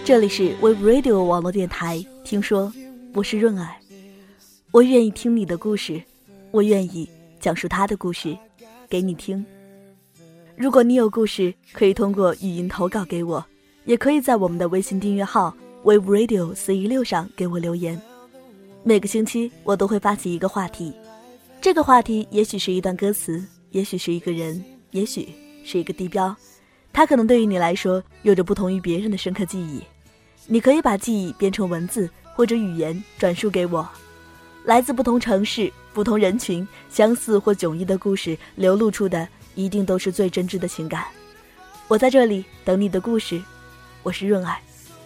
这里是 Wave Radio 网络电台，听说我是润儿，我愿意听你的故事，我愿意讲述他的故事给你听。如果你有故事，可以通过语音投稿给我，也可以在我们的微信订阅号 Wave Radio 416上给我留言。每个星期我都会发起一个话题，这个话题也许是一段歌词，也许是一个人，也许是一个地标，它可能对于你来说有着不同于别人的深刻记忆。你可以把记忆变成文字或者语言转述给我。来自不同城市、不同人群，相似或迥异的故事流露出的一定都是最真挚的情感。我在这里等你的故事，我是润儿。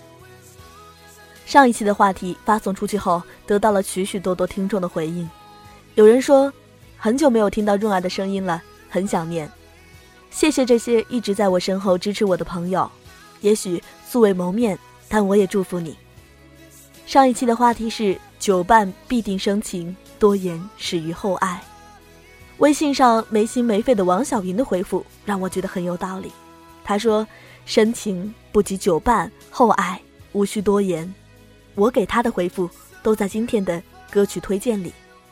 上一期的话题发送出去后，得到了许许多多听众的回应。有人说很久没有听到润儿的声音了，很想念。谢谢这些一直在我身后支持我的朋友，也许素未谋面，但我也祝福你。上一期的话题是久伴必定生情，多言始于厚爱。微信上没心没肺的王小云的回复让我觉得很有道理。他说深情不及久伴，厚爱无需多言。我给他的回复都在今天的歌曲推荐里。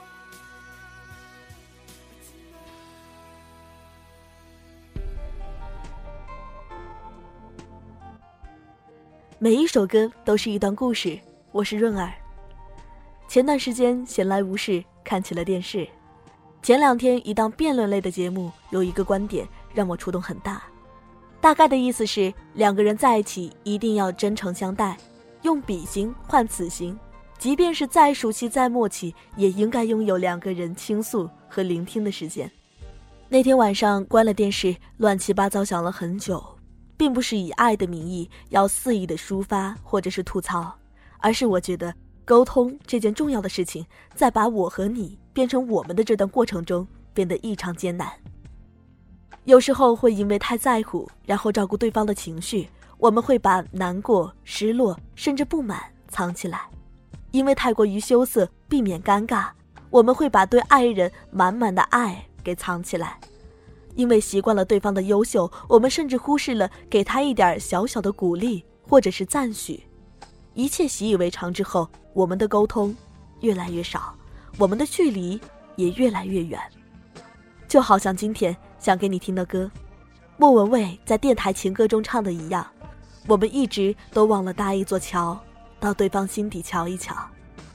每一首歌都是一段故事，我是润儿。前段时间闲来无事看起了电视，前两天一档辩论类的节目有一个观点让我触动很大，大概的意思是两个人在一起一定要真诚相待，用比心换此行，即便是再熟悉再默契，也应该拥有两个人倾诉和聆听的时间。那天晚上关了电视，乱七八糟想了很久，并不是以爱的名义要肆意的抒发或者是吐槽，而是我觉得沟通这件重要的事情，在把我和你变成我们的这段过程中变得异常艰难。有时候会因为太在乎，然后照顾对方的情绪，我们会把难过、失落甚至不满藏起来。因为太过于羞涩，避免尴尬，我们会把对爱人满满的爱给藏起来。因为习惯了对方的优秀，我们甚至忽视了给他一点小小的鼓励或者是赞许。一切习以为常之后，我们的沟通越来越少，我们的距离也越来越远。就好像今天想给你听的歌，莫文蔚在电台情歌中唱的一样，我们一直都忘了搭一座桥，到对方心底瞧一瞧。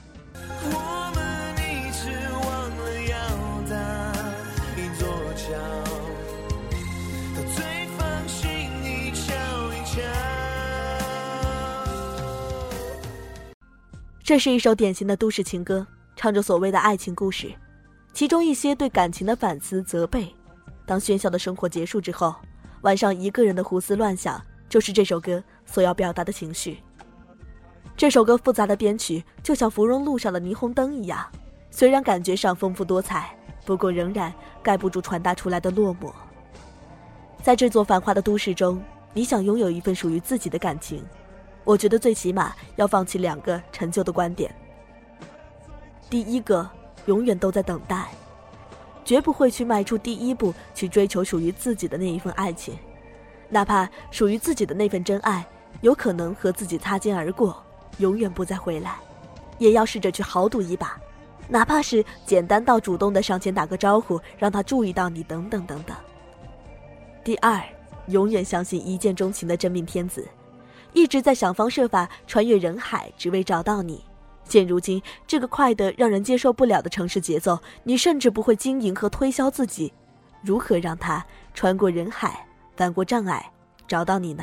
这是一首典型的都市情歌，唱着所谓的爱情故事，其中一些对感情的反思责备。当喧嚣的生活结束之后，晚上一个人的胡思乱想，就是这首歌所要表达的情绪。这首歌复杂的编曲就像芙蓉路上的霓虹灯一样，虽然感觉上丰富多彩，不过仍然盖不住传达出来的落寞。在这座繁华的都市中，你想拥有一份属于自己的感情，我觉得最起码要放弃两个陈旧的观点。第一个，永远都在等待，绝不会去迈出第一步去追求属于自己的那一份爱情，哪怕属于自己的那份真爱有可能和自己擦肩而过，永远不再回来，也要试着去豪赌一把，哪怕是简单到主动的上前打个招呼，让他注意到你等等等等。第二，永远相信一见钟情的真命天子，一直在想方设法穿越人海，只为找到你。现如今这个快得让人接受不了的城市节奏，你甚至不会经营和推销自己，如何让他穿过人海，翻过障碍，找到你呢？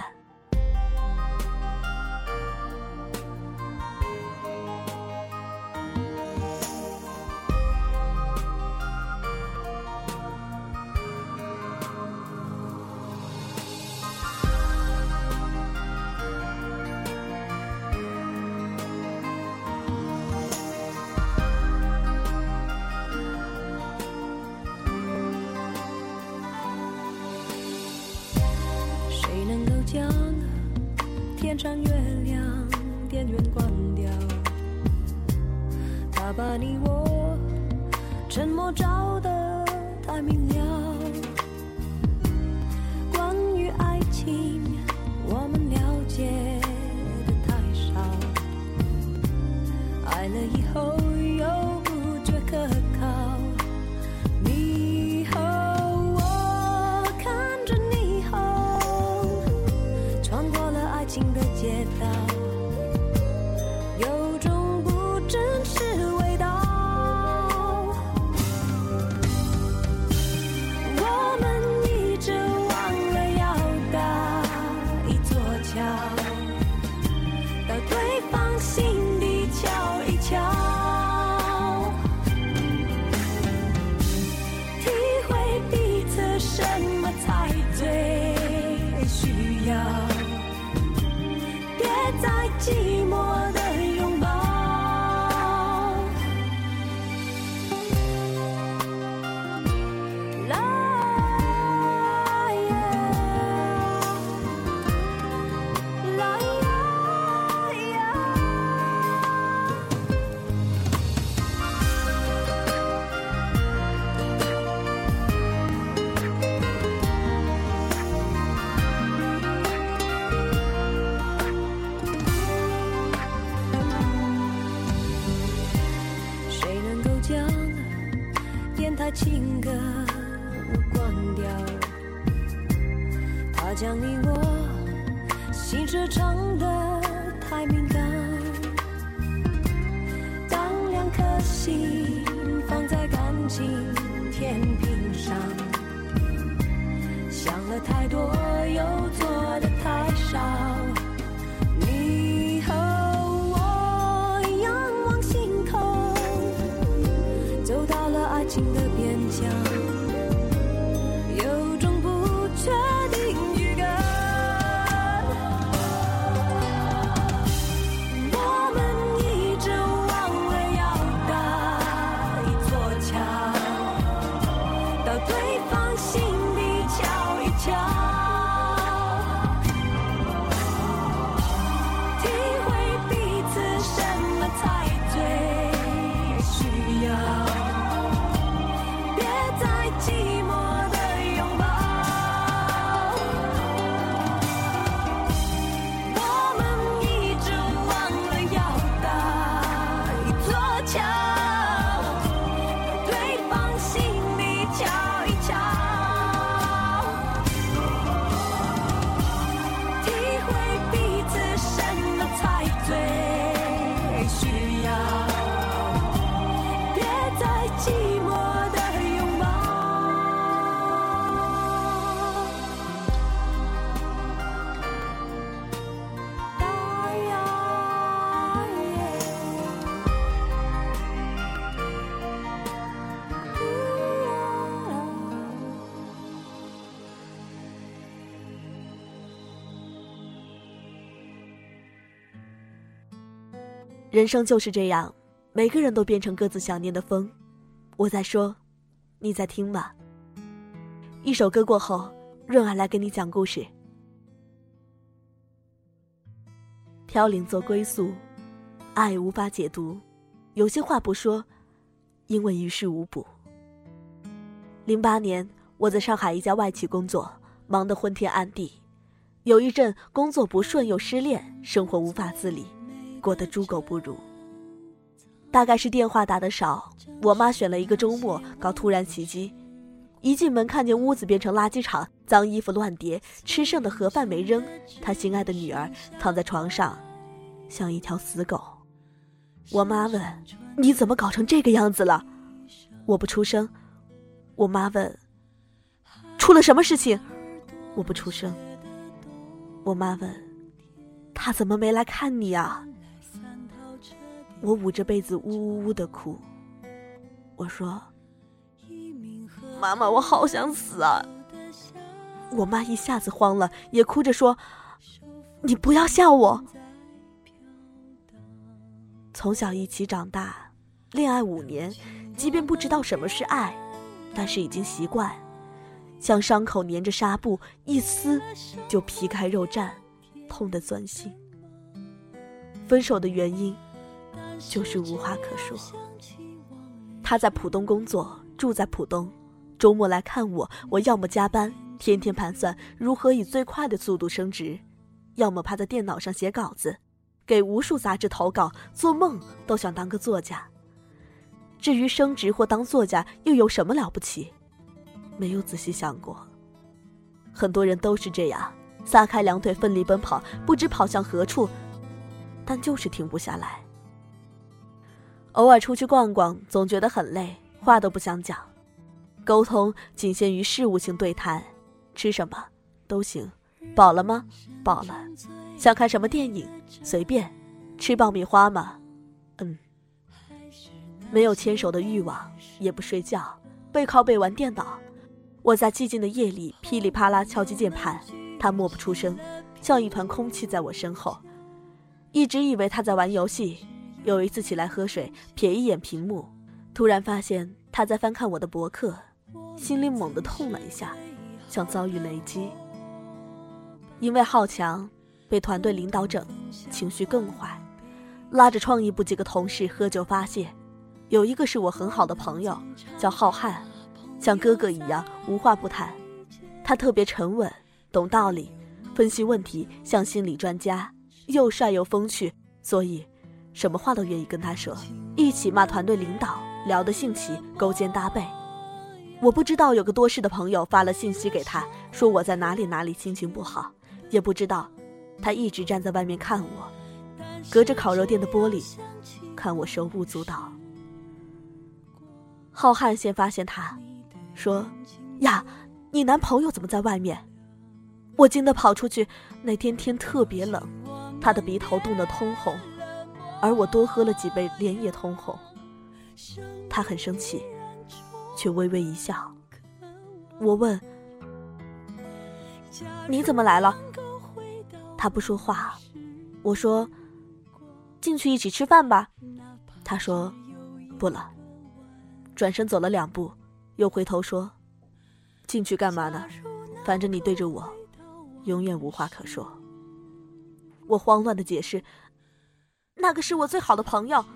将天上月亮电源关掉，他把你我沉默照得太明了。关于爱情我们了解的爱了以后又不觉可靠，霓虹，我看着霓虹穿过了爱情的街道，有种不真实味道。我们一直忘了要搭一座桥，到对方心底瞧一瞧，体会彼此什么才最需要，别再寂寞的拥抱。谁能够将电台情歌关掉？他将你我心事唱得太敏感，当两颗心放在感情天平上，想了太多又做得太少。你和我仰望星空，走到了爱情的边疆，有种不确定预感。我们一直忘了要搭一座桥，到对方心底瞧一瞧，体会彼此什么才最需要，别再寂寞的拥抱。我们一直忘了要搭一座桥，对方心里瞧一瞧，体会彼此什么才最需要，别再寂寞的拥抱。 人生就是这样，每个人都变成各自想念的风。我在说，你在听吗？一首歌过后，润儿来给你讲故事。飘零做归宿，爱无法解读，有些话不说，因为于事无补。08年，我在上海一家外企工作，忙得昏天暗地。有一阵工作不顺又失恋，生活无法自理，过得猪狗不如。大概是电话打得少，我妈选了一个周末搞突然袭击。一进门看见屋子变成垃圾场，脏衣服乱叠，吃剩的盒饭没扔，她心爱的女儿躺在床上像一条死狗。我妈问，你怎么搞成这个样子了？我不出声。我妈问，出了什么事情？我不出声。我妈问，他怎么没来看你啊？我捂着被子呜呜呜地哭。我说，妈妈，我好想死啊。我妈一下子慌了，也哭着说，你不要笑我。从小一起长大，恋爱5年，即便不知道什么是爱，但是已经习惯，像伤口粘着纱布，一撕就皮开肉绽，痛得钻心。分手的原因就是无话可说。他在浦东工作，住在浦东，周末来看我，我要么加班，天天盘算如何以最快的速度升职，要么趴在电脑上写稿子， 给无数杂志投稿，做梦都想当个作家。至于升职或当作家又有什么了不起？没有仔细想过。很多人都是这样，撒开两腿奋力奔跑，不知跑向何处，但就是停不下来。偶尔出去逛逛，总觉得很累，话都不想讲。沟通仅限于事务性对谈，吃什么都行，饱了吗？饱了。想看什么电影？随便。吃爆米花吗？没有牵手的欲望，也不睡觉，背靠背玩电脑。我在寂静的夜里噼里啪啦敲击键盘，他默不出声，像一团空气在我身后。一直以为他在玩游戏，有一次起来喝水，瞥一眼屏幕，突然发现他在翻看我的博客，心里猛地痛了一下，像遭遇雷击。因为好强，被团队领导整，情绪更坏，拉着创意部几个同事喝酒发泄。有一个是我很好的朋友，叫浩瀚，像哥哥一样无话不谈。他特别沉稳，懂道理，分析问题像心理专家，又帅又风趣，所以什么话都愿意跟他说。一起骂团队领导，聊得兴起，勾肩搭背。我不知道有个多事的朋友发了信息给他，说我在哪里哪里心情不好，也不知道他一直站在外面看我，隔着烤肉店的玻璃看我手舞足蹈。浩瀚先发现他，说：“呀，你男朋友怎么在外面？”我惊得跑出去。那天天特别冷，他的鼻头冻得通红，而我多喝了几杯，脸也通红。他很生气，却微微一笑。我问：“你怎么来了？”他不说话。我说：“进去一起吃饭吧。”他说：“不了。”转身走了2步，又回头说：“进去干嘛呢？反正你对着我，永远无话可说。”我慌乱地解释：“那个是我最好的朋友。”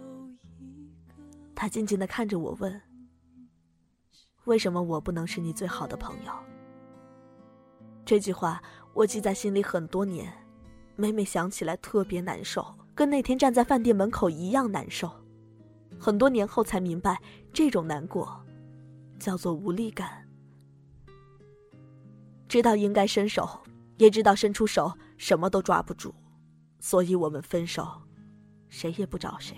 他静静地看着我问：“为什么我不能是你最好的朋友？”这句话我记在心里很多年，每每想起来特别难受，跟那天站在饭店门口一样难受。很多年后才明白，这种难过叫做无力感。知道应该伸手，也知道伸出手什么都抓不住，所以我们分手，谁也不找谁。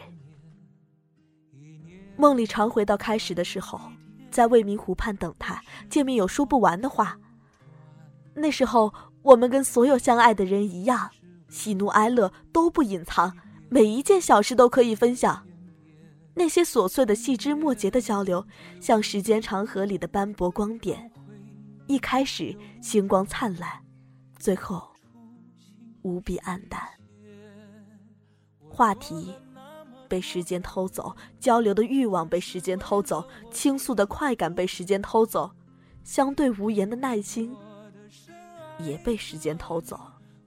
梦里常回到开始的时候，在未名湖畔等他，见面有说不完的话。那时候我们跟所有相爱的人一样，喜怒哀乐都不隐藏，每一件小事都可以分享。那些琐碎的细枝末节的交流，像时间长河里的斑驳光点，一开始星光灿烂，最后无比暗淡。话题被时间偷走，交流的欲望被时间偷走，倾诉的快感被时间偷走，相对无言的耐心也被时间偷走。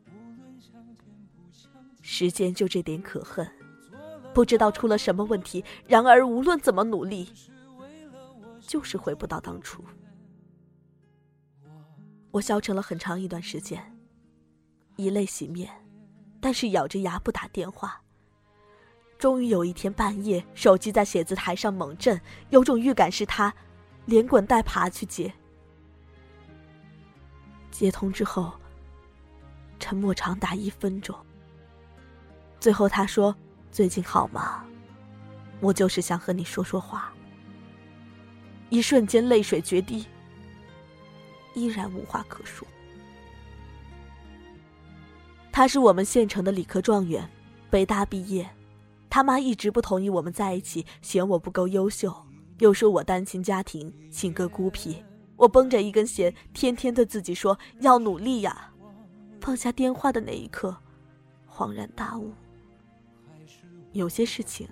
时间就这点可恨，不知道出了什么问题，然而无论怎么努力，就是回不到当初。我消沉了很长一段时间，以泪洗面，但是咬着牙不打电话。终于有一天半夜，手机在写字台上猛震，有种预感是他，连滚带爬去接。接通之后，沉默长达1分钟。最后他说：“最近好吗？我就是想和你说说话。”一瞬间泪水决堤，依然无话可说。他是我们县城的理科状元，北大毕业。他妈一直不同意我们在一起，嫌我不够优秀，又说我单亲家庭，性格孤僻。我绷着一根弦，天天对自己说要努力呀。放下电话的那一刻，恍然大悟，有些事情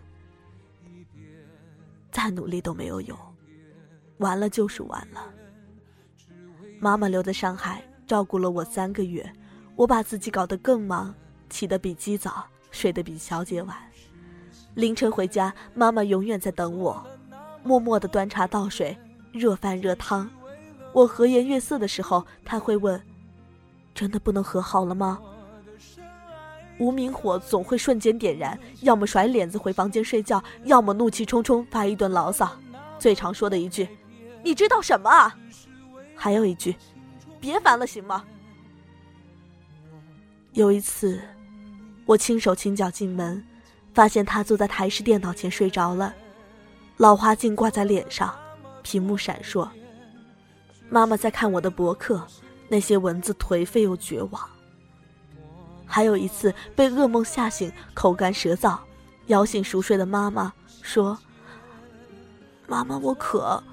再努力都没有用，完了就是完了。妈妈留在上海照顾了我3个月，我把自己搞得更忙，起得比鸡早，睡得比小姐晚。凌晨回家，妈妈永远在等我，默默地端茶倒水，热饭热汤。我和颜悦色的时候，她会问：“真的不能和好了吗？” 无名火总会瞬间点燃，要么甩脸子回房间睡觉，要么怒气冲冲发一顿牢骚。最常说的一句，你知道什么啊？还有一句，别烦了行吗？有一次我轻手轻脚进门，发现他坐在台式电脑前睡着了，老花镜挂在脸上，屏幕闪烁。妈妈在看我的博客，那些文字颓废又绝望。还有一次被噩梦吓醒，口干舌燥，摇醒熟睡的妈妈说，妈妈我渴。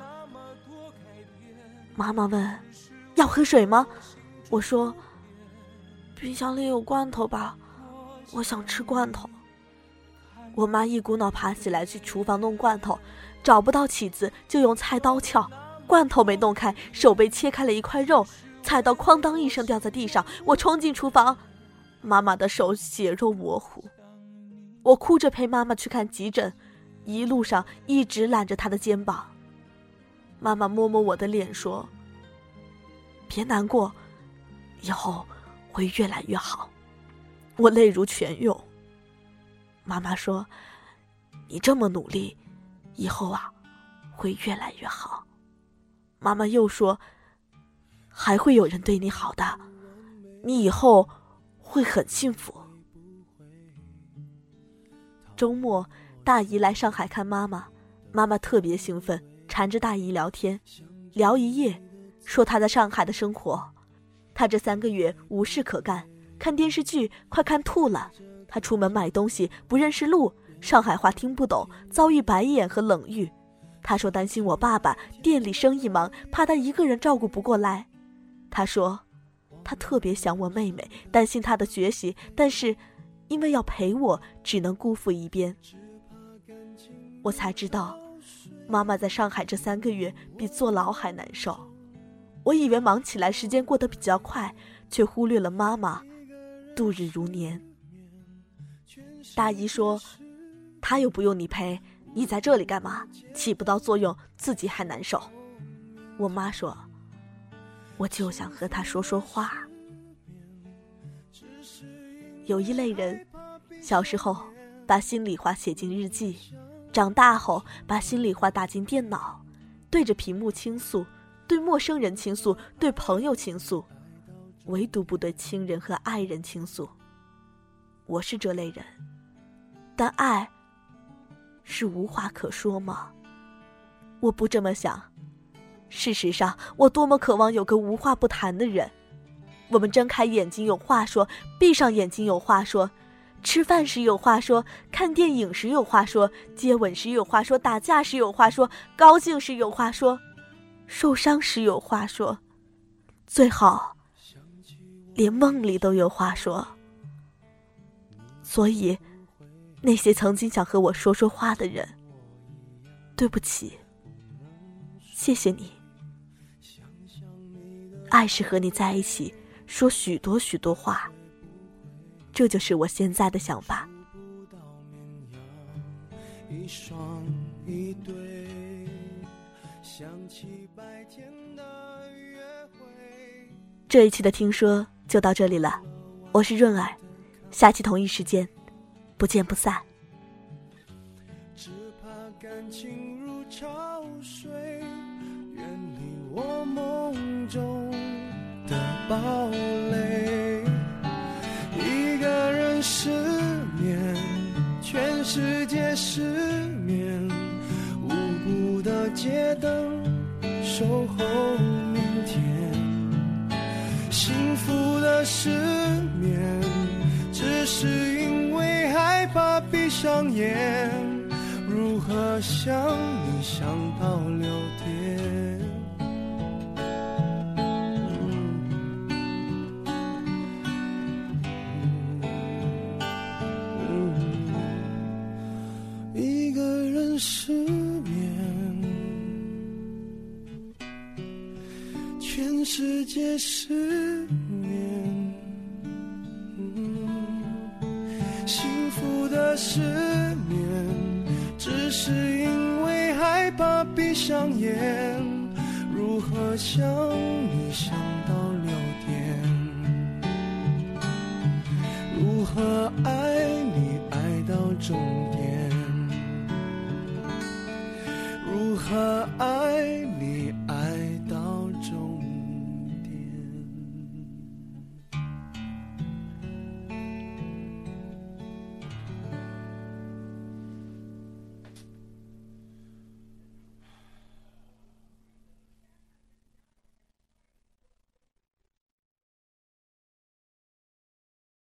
妈妈问，要喝水吗？我说，冰箱里有罐头吧，我想吃罐头。我妈一股脑爬起来去厨房弄罐头，找不到起子就用菜刀撬，罐头没弄开，手被切开了一块肉，菜刀哐当一声掉在地上，我冲进厨房，妈妈的手血肉模糊。我哭着陪妈妈去看急诊，一路上一直揽着她的肩膀。妈妈摸摸我的脸说，别难过，以后会越来越好。我泪如泉涌。妈妈说，你这么努力，以后啊会越来越好。妈妈又说，还会有人对你好的，你以后会很幸福。周末大姨来上海看妈妈，妈妈特别兴奋，缠着大姨聊天，聊一夜，说她在上海的生活。她这3个月无事可干，看电视剧快看吐了。她出门买东西不认识路，上海话听不懂，遭遇白眼和冷遇。她说担心我爸爸店里生意忙，怕她一个人照顾不过来。她说她特别想我妹妹，担心她的学习，但是因为要陪我，只能辜负一边。我才知道，妈妈在上海这3个月比坐牢还难受。我以为忙起来时间过得比较快，却忽略了妈妈度日如年。大姨说，她又不用你陪，你在这里干嘛？起不到作用，自己还难受。我妈说，我就想和她说说话。有一类人，小时候把心里话写进日记，长大后把心里话打进电脑，对着屏幕倾诉，对陌生人倾诉，对朋友倾诉，唯独不对亲人和爱人倾诉。我是这类人，但爱是无话可说吗？我不这么想。事实上，我多么渴望有个无话不谈的人。我们睁开眼睛有话说，闭上眼睛有话说，吃饭时有话说，看电影时有话说，接吻时有话说，打架时有话说，高兴时有话说，受伤时有话说，最好连梦里都有话说。所以那些曾经想和我说说话的人，对不起，谢谢你。爱是和你在一起说许多许多话，这就是我现在的想法。一双一对，想起白天的约会。这一期的听说就到这里了，我是润儿，下期同一时间不见不散。只怕感情如潮水，远离我梦中的堡垒。一个人失眠，全世界失眠，无辜的街灯守候明天。幸福的失眠，只是因为害怕闭上眼，如何想你想到6点。一个人失眠，全世界失眠。幸福的失眠，只是因为害怕闭上眼，如何想你想到6点，如何爱你爱到终点，如何爱